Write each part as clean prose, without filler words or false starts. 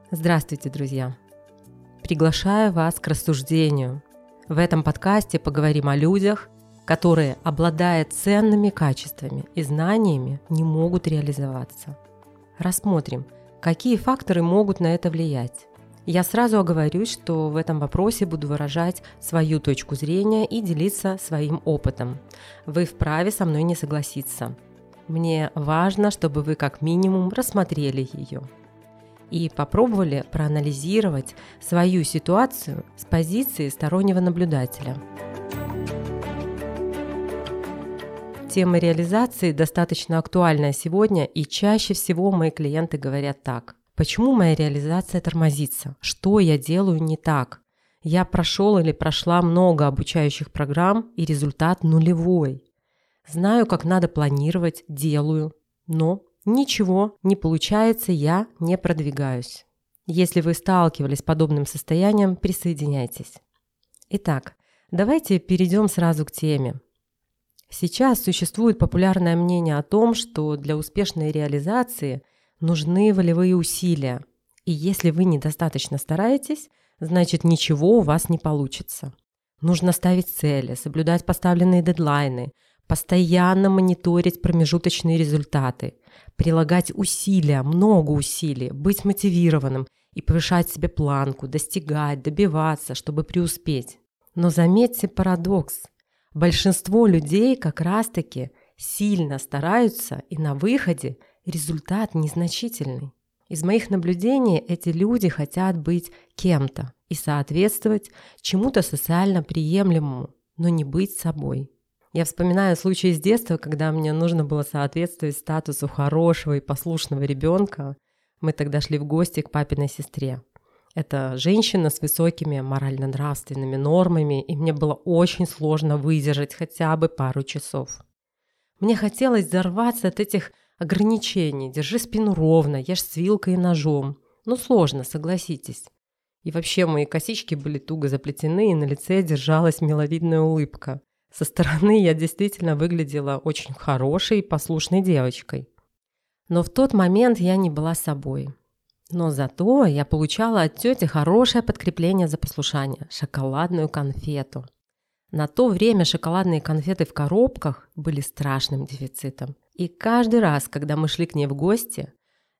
Здравствуйте, друзья! Приглашаю вас к рассуждению. В этом подкасте поговорим о людях, которые, обладая ценными качествами и знаниями, не могут реализоваться. Рассмотрим, какие факторы могут на это влиять. Я сразу оговорюсь, что в этом вопросе буду выражать свою точку зрения и делиться своим опытом. Вы вправе со мной не согласиться. Мне важно, чтобы вы как минимум рассмотрели ее и попробовали проанализировать свою ситуацию с позиции стороннего наблюдателя. Тема реализации достаточно актуальная сегодня, и чаще всего мои клиенты говорят так: почему моя реализация тормозится? Что я делаю не так? Я прошел или прошла много обучающих программ, и результат нулевой. Знаю, как надо планировать, делаю, но ничего не получается, я не продвигаюсь. Если вы сталкивались с подобным состоянием, присоединяйтесь. Итак, давайте перейдем сразу к теме. Сейчас существует популярное мнение о том, что для успешной реализации нужны волевые усилия. И если вы недостаточно стараетесь, значит ничего у вас не получится. Нужно ставить цели, соблюдать поставленные дедлайны, постоянно мониторить промежуточные результаты, прилагать усилия, много усилий, быть мотивированным и повышать себе планку, достигать, добиваться, чтобы преуспеть. Но заметьте парадокс. Большинство людей как раз-таки сильно стараются, и на выходе результат незначительный. Из моих наблюдений эти люди хотят быть кем-то и соответствовать чему-то социально приемлемому, но не быть собой. Я вспоминаю случай из детства, когда мне нужно было соответствовать статусу хорошего и послушного ребенка. Мы тогда шли в гости к папиной сестре. Это женщина с высокими морально-нравственными нормами, и мне было очень сложно выдержать хотя бы пару часов. Мне хотелось взорваться от этих ограничений. Держи спину ровно, ешь с вилкой и ножом. Но сложно, согласитесь. И вообще мои косички были туго заплетены, и на лице держалась миловидная улыбка. Со стороны я действительно выглядела очень хорошей и послушной девочкой. Но в тот момент я не была собой. Но зато я получала от тети хорошее подкрепление за послушание – шоколадную конфету. На то время шоколадные конфеты в коробках были страшным дефицитом. И каждый раз, когда мы шли к ней в гости,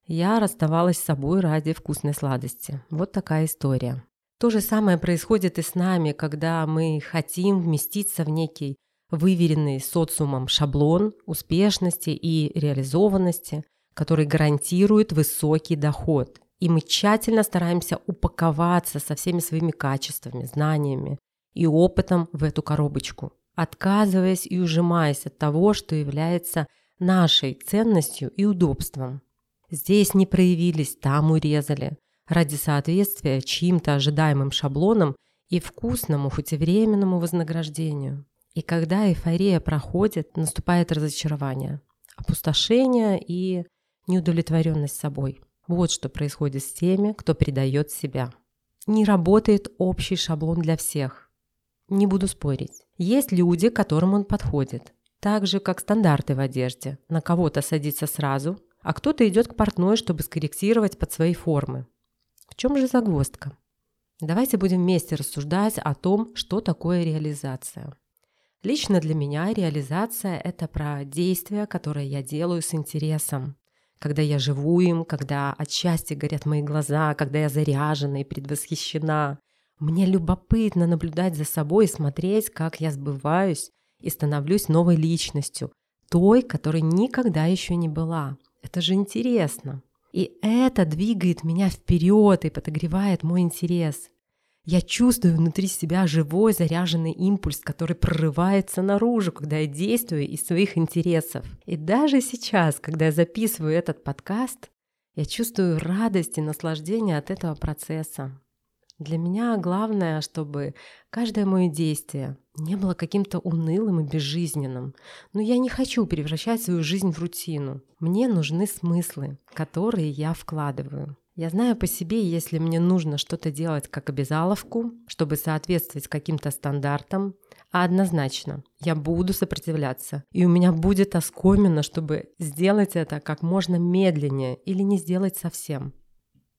я расставалась с собой ради вкусной сладости. Вот такая история. То же самое происходит и с нами, когда мы хотим вместиться в некий выверенный социумом шаблон успешности и реализованности, который гарантирует высокий доход. И мы тщательно стараемся упаковаться со всеми своими качествами, знаниями и опытом в эту коробочку, отказываясь и ужимаясь от того, что является нашей ценностью и удобством. Здесь не проявились, там урезали. Ради соответствия чьим-то ожидаемым шаблонам и вкусному, хоть и временному вознаграждению. И когда эйфория проходит, наступает разочарование, опустошение и неудовлетворенность собой. Вот что происходит с теми, кто предает себя. Не работает общий шаблон для всех. Не буду спорить. Есть люди, к которым он подходит. Так же, как стандарты в одежде. На кого-то садится сразу, а кто-то идет к портной, чтобы скорректировать под свои формы. В чем же загвоздка? Давайте будем вместе рассуждать о том, что такое реализация. Лично для меня реализация – это про действия, которые я делаю с интересом. Когда я живу им, когда от счастья горят мои глаза, когда я заряжена и предвосхищена. Мне любопытно наблюдать за собой и смотреть, как я сбываюсь и становлюсь новой личностью, той, которой никогда еще не была. Это же интересно. И это двигает меня вперед и подогревает мой интерес. Я чувствую внутри себя живой заряженный импульс, который прорывается наружу, когда я действую из своих интересов. И даже сейчас, когда я записываю этот подкаст, я чувствую радость и наслаждение от этого процесса. Для меня главное, чтобы каждое мое действие не было каким-то унылым и безжизненным. Но я не хочу превращать свою жизнь в рутину. Мне нужны смыслы, которые я вкладываю. Я знаю по себе, если мне нужно что-то делать как обязаловку, чтобы соответствовать каким-то стандартам, однозначно я буду сопротивляться. И у меня будет оскомина, чтобы сделать это как можно медленнее или не сделать совсем.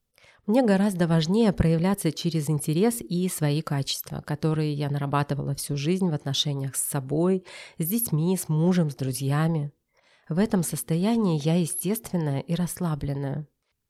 Мне гораздо важнее проявляться через интерес и свои качества, которые я нарабатывала всю жизнь в отношениях с собой, с детьми, с мужем, с друзьями. В этом состоянии я естественная и расслабленная.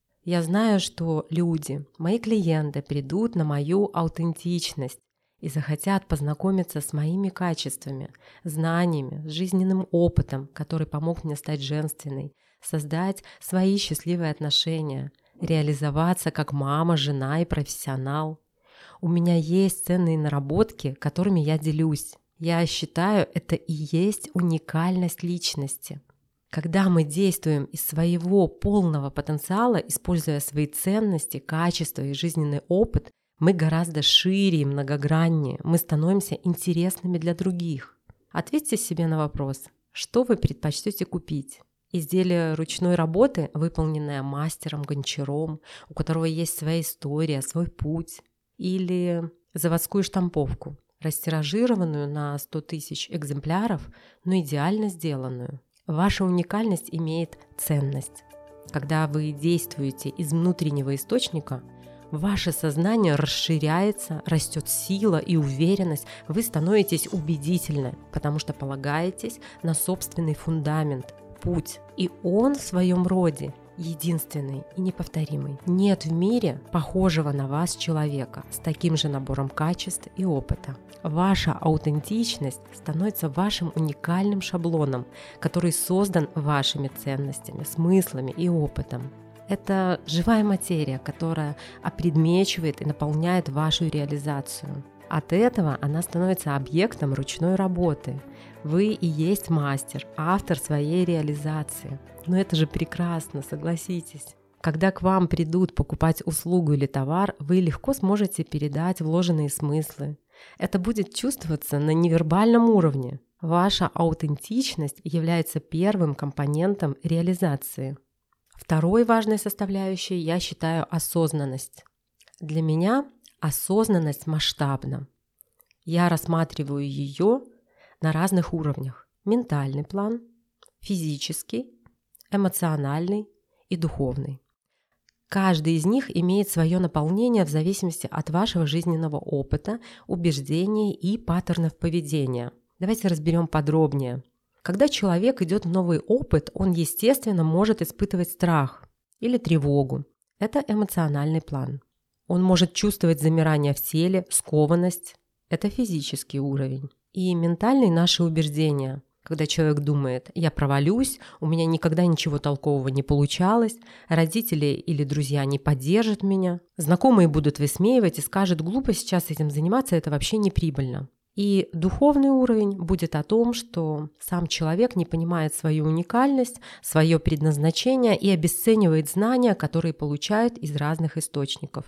Я знаю, что люди, мои клиенты придут на мою аутентичность и захотят познакомиться с моими качествами, знаниями, с жизненным опытом, который помог мне стать женственной, создать свои счастливые отношения, реализоваться как мама, жена и профессионал. У меня есть ценные наработки, которыми я делюсь. Я считаю, это и есть уникальность личности. Когда мы действуем из своего полного потенциала, используя свои ценности, качества и жизненный опыт, мы гораздо шире и многограннее, мы становимся интересными для других. Ответьте себе на вопрос, что вы предпочтете купить? Изделие ручной работы, выполненное мастером, гончаром, у которого есть своя история, свой путь, или заводскую штамповку, растиражированную на 100 тысяч экземпляров, но идеально сделанную. Ваша уникальность имеет ценность. Когда вы действуете из внутреннего источника, ваше сознание расширяется, растет сила и уверенность, вы становитесь убедительны, потому что полагаетесь на собственный фундамент, путь, и он в своем роде единственный и неповторимый. Нет в мире похожего на вас человека с таким же набором качеств и опыта. Ваша аутентичность становится вашим уникальным шаблоном, который создан вашими ценностями, смыслами и опытом. Это живая материя, которая опредмечивает и наполняет вашу реализацию. От этого она становится объектом ручной работы. Вы и есть мастер, автор своей реализации. Но это же прекрасно, согласитесь. Когда к вам придут покупать услугу или товар, вы легко сможете передать вложенные смыслы. Это будет чувствоваться на невербальном уровне. Ваша аутентичность является первым компонентом реализации. Второй важной составляющей я считаю осознанность. Для меня осознанность масштабна. Я рассматриваю ее на разных уровнях. Ментальный план, физический, эмоциональный и духовный. Каждый из них имеет свое наполнение в зависимости от вашего жизненного опыта, убеждений и паттернов поведения. Давайте разберем подробнее. Когда человек идет в новый опыт, он, естественно, может испытывать страх или тревогу. Это эмоциональный план. Он может чувствовать замирание в теле, скованность. Это физический уровень. И ментальные наши убеждения. Когда человек думает, я провалюсь, у меня никогда ничего толкового не получалось, родители или друзья не поддержат меня, знакомые будут высмеивать и скажут, глупо сейчас этим заниматься, это вообще не прибыльно. И духовный уровень будет о том, что сам человек не понимает свою уникальность, свое предназначение и обесценивает знания, которые получает из разных источников.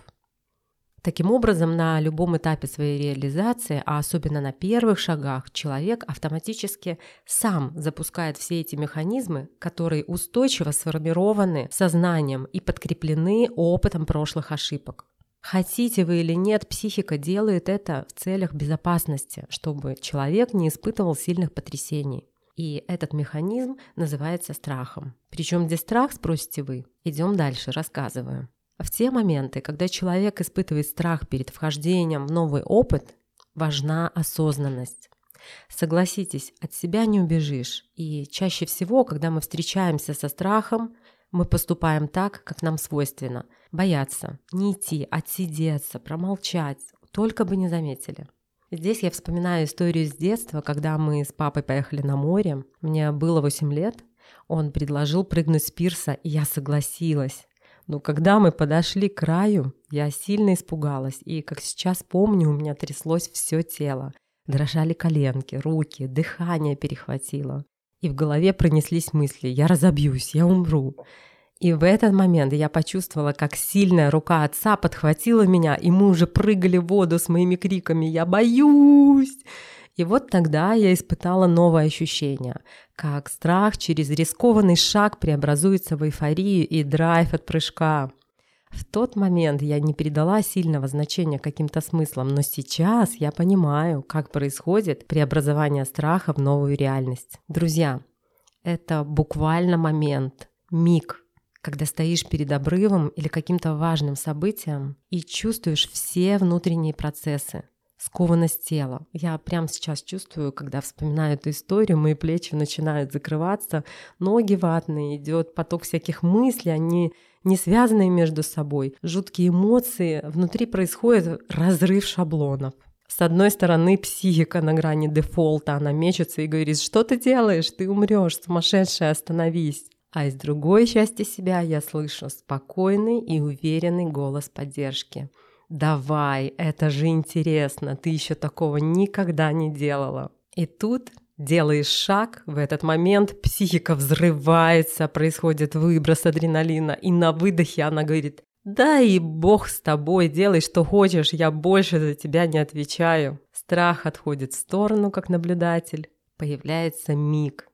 Таким образом, на любом этапе своей реализации, а особенно на первых шагах, человек автоматически сам запускает все эти механизмы, которые устойчиво сформированы сознанием и подкреплены опытом прошлых ошибок. Хотите вы или нет, психика делает это в целях безопасности, чтобы человек не испытывал сильных потрясений. И этот механизм называется страхом. Причем здесь страх, спросите вы? Идем дальше, рассказываю. В те моменты, когда человек испытывает страх перед вхождением в новый опыт, важна осознанность. Согласитесь, от себя не убежишь. И чаще всего, когда мы встречаемся со страхом, мы поступаем так, как нам свойственно. Бояться, не идти, отсидеться, промолчать, только бы не заметили. Здесь я вспоминаю историю с детства, когда мы с папой поехали на море. Мне было 8 лет. Он предложил прыгнуть с пирса, и я согласилась. Но когда мы подошли к краю, я сильно испугалась, и, как сейчас помню, у меня тряслось все тело. Дрожали коленки, руки, дыхание перехватило. И в голове пронеслись мысли «я разобьюсь, я умру». И в этот момент я почувствовала, как сильная рука отца подхватила меня, и мы уже прыгали в воду с моими криками «я боюсь!». И вот тогда я испытала новое ощущение, как страх через рискованный шаг преобразуется в эйфорию и драйв от прыжка. В тот момент я не придала сильного значения каким-то смыслам, но сейчас я понимаю, как происходит преобразование страха в новую реальность. Друзья, это буквально момент, миг, когда стоишь перед обрывом или каким-то важным событием и чувствуешь все внутренние процессы, скованность тела. Я прямо сейчас чувствую, когда вспоминаю эту историю, мои плечи начинают закрываться, ноги ватные, идет поток всяких мыслей, они не связанные между собой, жуткие эмоции, внутри происходит разрыв шаблонов. С одной стороны, психика на грани дефолта, она мечется и говорит: что ты делаешь, ты умрешь, сумасшедшая, остановись. А из другой части себя я слышу спокойный и уверенный голос поддержки. Давай, это же интересно, ты еще такого никогда не делала. И тут делаешь шаг, в этот момент психика взрывается, происходит выброс адреналина, и на выдохе она говорит: да и бог с тобой, делай что хочешь, я больше за тебя не отвечаю. Страх отходит в сторону, как наблюдатель, появляется миг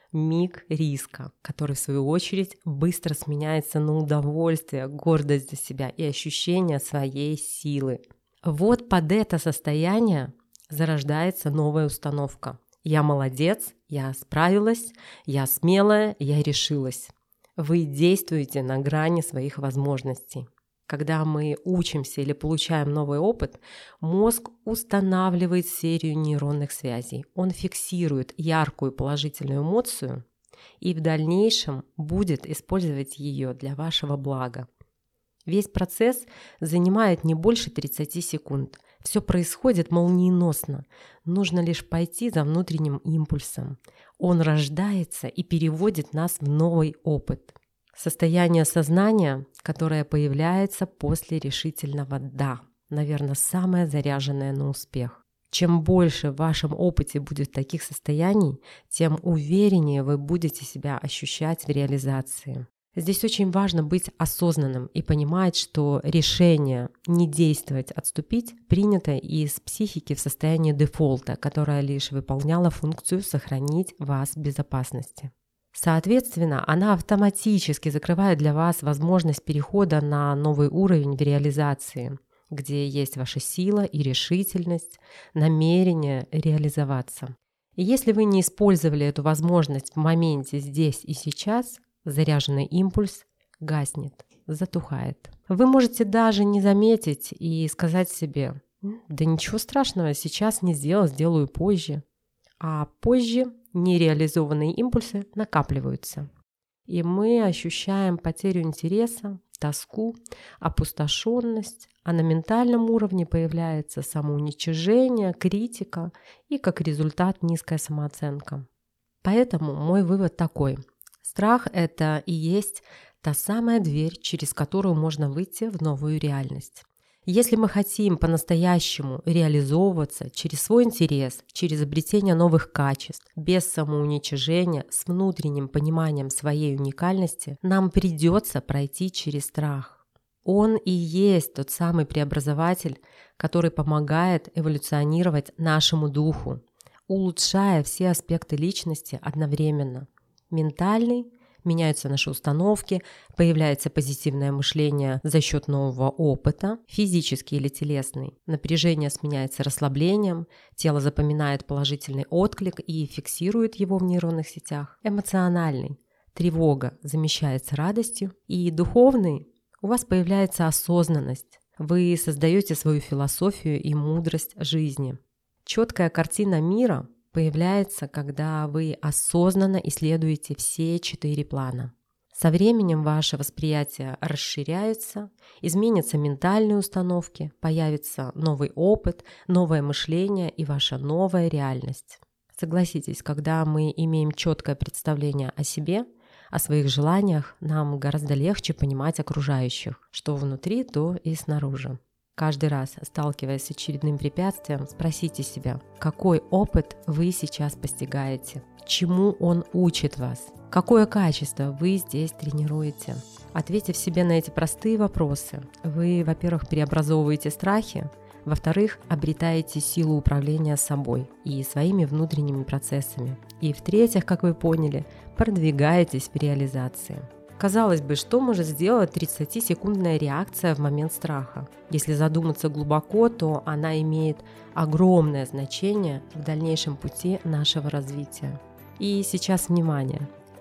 риска, который в свою очередь быстро сменяется на удовольствие, гордость за себя и ощущение своей силы. Вот под это состояние зарождается новая установка. Я молодец, я справилась, я смелая, я решилась. Вы действуете на грани своих возможностей. Когда мы учимся или получаем новый опыт, мозг устанавливает серию нейронных связей. Он фиксирует яркую положительную эмоцию и в дальнейшем будет использовать ее для вашего блага. Весь процесс занимает не больше 30 секунд. Все происходит молниеносно. Нужно лишь пойти за внутренним импульсом. Он рождается и переводит нас в новый опыт. Состояние сознания, которое появляется после решительного «да», наверное, самое заряженное на успех. Чем больше в вашем опыте будет таких состояний, тем увереннее вы будете себя ощущать в реализации. Здесь очень важно быть осознанным и понимать, что решение не действовать, отступить принято из психики в состоянии дефолта, которая лишь выполняла функцию сохранить вас в безопасности. Соответственно, она автоматически закрывает для вас возможность перехода на новый уровень в реализации, где есть ваша сила и решительность, намерение реализоваться. И если вы не использовали эту возможность в моменте здесь и сейчас, заряженный импульс гаснет, затухает. Вы можете даже не заметить и сказать себе: да ничего страшного, сейчас не сделал, сделаю позже. А позже нереализованные импульсы накапливаются. И мы ощущаем потерю интереса, тоску, опустошенность, а на ментальном уровне появляется самоуничижение, критика и, как результат, низкая самооценка. Поэтому мой вывод такой. Страх – это и есть та самая дверь, через которую можно выйти в новую реальность. Если мы хотим по-настоящему реализовываться через свой интерес, через обретение новых качеств, без самоуничижения, с внутренним пониманием своей уникальности, нам придется пройти через страх. Он и есть тот самый преобразователь, который помогает эволюционировать нашему духу, улучшая все аспекты личности одновременно. Ментальный – меняются наши установки, появляется позитивное мышление за счет нового опыта, физический или телесный. Напряжение сменяется расслаблением, тело запоминает положительный отклик и фиксирует его в нейронных сетях. Эмоциональный. Тревога замещается радостью. И духовный. У вас появляется осознанность. Вы создаете свою философию и мудрость жизни. Четкая картина мира появляется, когда вы осознанно исследуете все 4 плана. Со временем ваше восприятие расширяется, изменятся ментальные установки, появится новый опыт, новое мышление и ваша новая реальность. Согласитесь, когда мы имеем четкое представление о себе, о своих желаниях, нам гораздо легче понимать окружающих, что внутри, то и снаружи. Каждый раз, сталкиваясь с очередным препятствием, спросите себя, какой опыт вы сейчас постигаете, чему он учит вас, какое качество вы здесь тренируете. Ответив себе на эти простые вопросы, вы, во-первых, преобразовываете страхи, во-вторых, обретаете силу управления собой и своими внутренними процессами, и в-третьих, как вы поняли, продвигаетесь в реализации. Казалось бы, что может сделать 30-секундная реакция в момент страха? Если задуматься глубоко, то она имеет огромное значение в дальнейшем пути нашего развития. И сейчас внимание!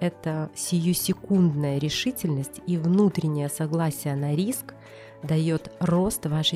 это сиюсекундная решительность и внутреннее согласие на риск дает рост вашей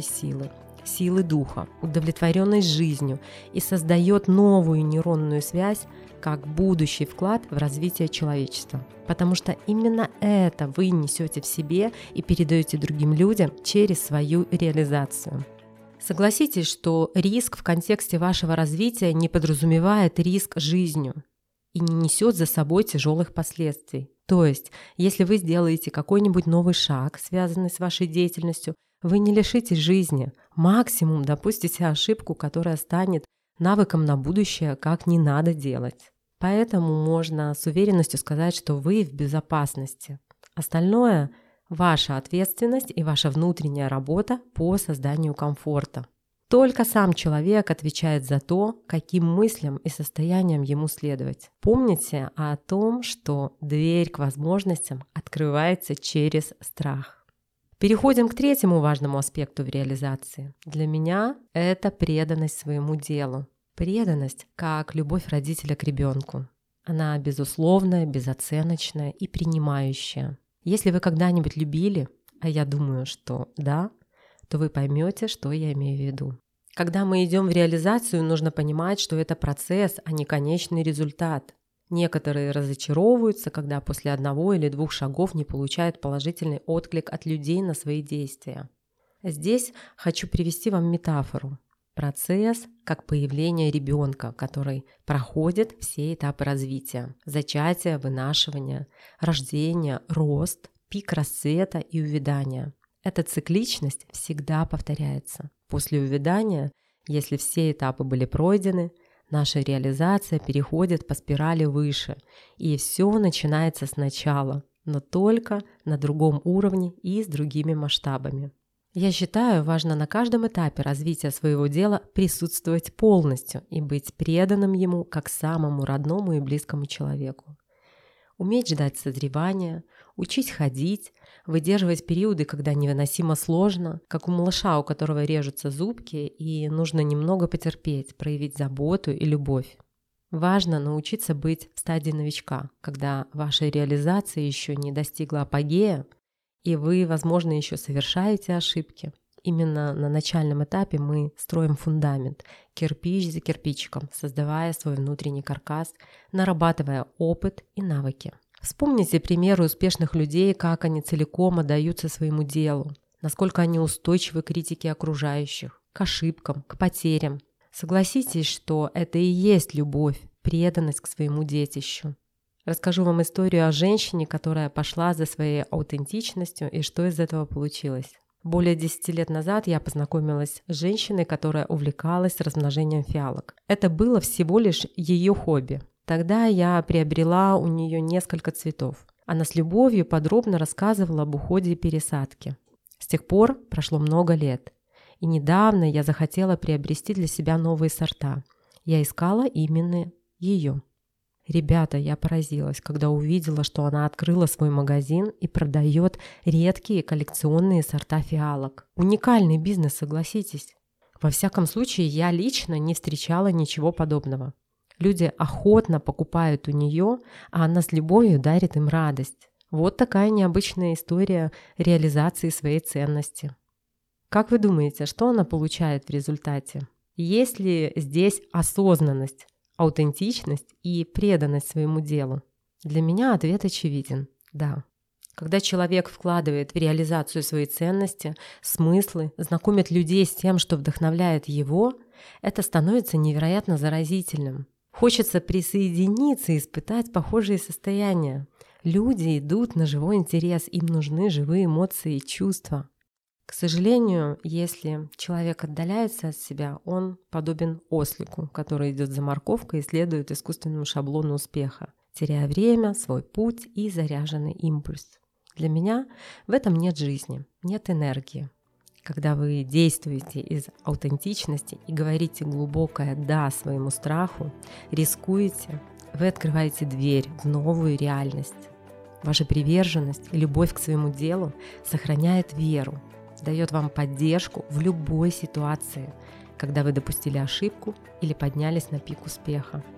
силы духа, удовлетворенность жизнью и создает новую нейронную связь как будущий вклад в развитие человечества. Потому что именно это вы несете в себе и передаете другим людям через свою реализацию. Согласитесь, что риск в контексте вашего развития не подразумевает риск жизнью и не несет за собой тяжелых последствий. То есть, если вы сделаете какой-нибудь новый шаг, связанный с вашей деятельностью, вы не лишитесь жизни, максимум допустите ошибку, которая станет навыком на будущее, как не надо делать. Поэтому можно с уверенностью сказать, что вы в безопасности. Остальное – ваша ответственность и ваша внутренняя работа по созданию комфорта. Только сам человек отвечает за то, каким мыслям и состояниям ему следовать. Помните о том, что дверь к возможностям открывается через страх. Переходим к третьему важному аспекту в реализации. Для меня это преданность своему делу. Преданность как любовь родителя к ребенку. Она безусловная, безоценочная и принимающая. Если вы когда-нибудь любили, а я думаю, что да, то вы поймете, что я имею в виду. Когда мы идем в реализацию, нужно понимать, что это процесс, а не конечный результат. Некоторые разочаровываются, когда после 1 или 2 шагов не получают положительный отклик от людей на свои действия. Здесь хочу привести вам метафору. Процесс как появление ребенка, который проходит все этапы развития. Зачатие, вынашивание, рождение, рост, пик расцвета и увядания. Эта цикличность всегда повторяется. После увядания, если все этапы были пройдены, наша реализация переходит по спирали выше, и все начинается сначала, но только на другом уровне и с другими масштабами. Я считаю, важно на каждом этапе развития своего дела присутствовать полностью и быть преданным ему как самому родному и близкому человеку. Уметь ждать созревания, учить ходить, выдерживать периоды, когда невыносимо сложно, как у малыша, у которого режутся зубки, и нужно немного потерпеть, проявить заботу и любовь. Важно научиться быть в стадии новичка, когда ваша реализация еще не достигла апогея, и вы, возможно, еще совершаете ошибки. Именно на начальном этапе мы строим фундамент, кирпич за кирпичиком, создавая свой внутренний каркас, нарабатывая опыт и навыки. Вспомните примеры успешных людей, как они целиком отдаются своему делу, насколько они устойчивы к критике окружающих, к ошибкам, к потерям. Согласитесь, что это и есть любовь, преданность к своему детищу. Расскажу вам историю о женщине, которая пошла за своей аутентичностью и что из этого получилось. Более 10 лет назад я познакомилась с женщиной, которая увлекалась размножением фиалок. Это было всего лишь ее хобби. Тогда я приобрела у нее несколько цветов. Она с любовью подробно рассказывала об уходе и пересадке. С тех пор прошло много лет. И недавно я захотела приобрести для себя новые сорта. Я искала именно ее. Ребята, я поразилась, когда увидела, что она открыла свой магазин и продает редкие коллекционные сорта фиалок. Уникальный бизнес, согласитесь. Во всяком случае, я лично не встречала ничего подобного. Люди охотно покупают у нее, а она с любовью дарит им радость. Вот такая необычная история реализации своей ценности. Как вы думаете, что она получает в результате? Есть ли здесь осознанность, аутентичность и преданность своему делу? Для меня ответ очевиден – да. Когда человек вкладывает в реализацию свои ценности, смыслы, знакомит людей с тем, что вдохновляет его, это становится невероятно заразительным. Хочется присоединиться и испытать похожие состояния. Люди идут на живой интерес, им нужны живые эмоции и чувства. К сожалению, если человек отдаляется от себя, он подобен ослику, который идет за морковкой и следует искусственному шаблону успеха, теряя время, свой путь и заряженный импульс. Для меня в этом нет жизни, нет энергии. Когда вы действуете из аутентичности и говорите глубокое «да» своему страху, рискуете, вы открываете дверь в новую реальность. Ваша приверженность и любовь к своему делу сохраняет веру, дает вам поддержку в любой ситуации, когда вы допустили ошибку или поднялись на пик успеха.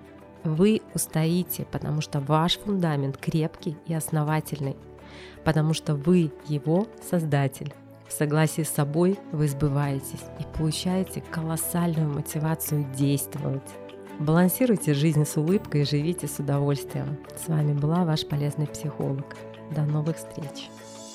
Вы устоите, потому что ваш фундамент крепкий и основательный, потому что вы его создатель. В согласии с собой вы сбываетесь и получаете колоссальную мотивацию действовать. Балансируйте жизнь с улыбкой и живите с удовольствием. С вами была ваш полезный психолог. До новых встреч!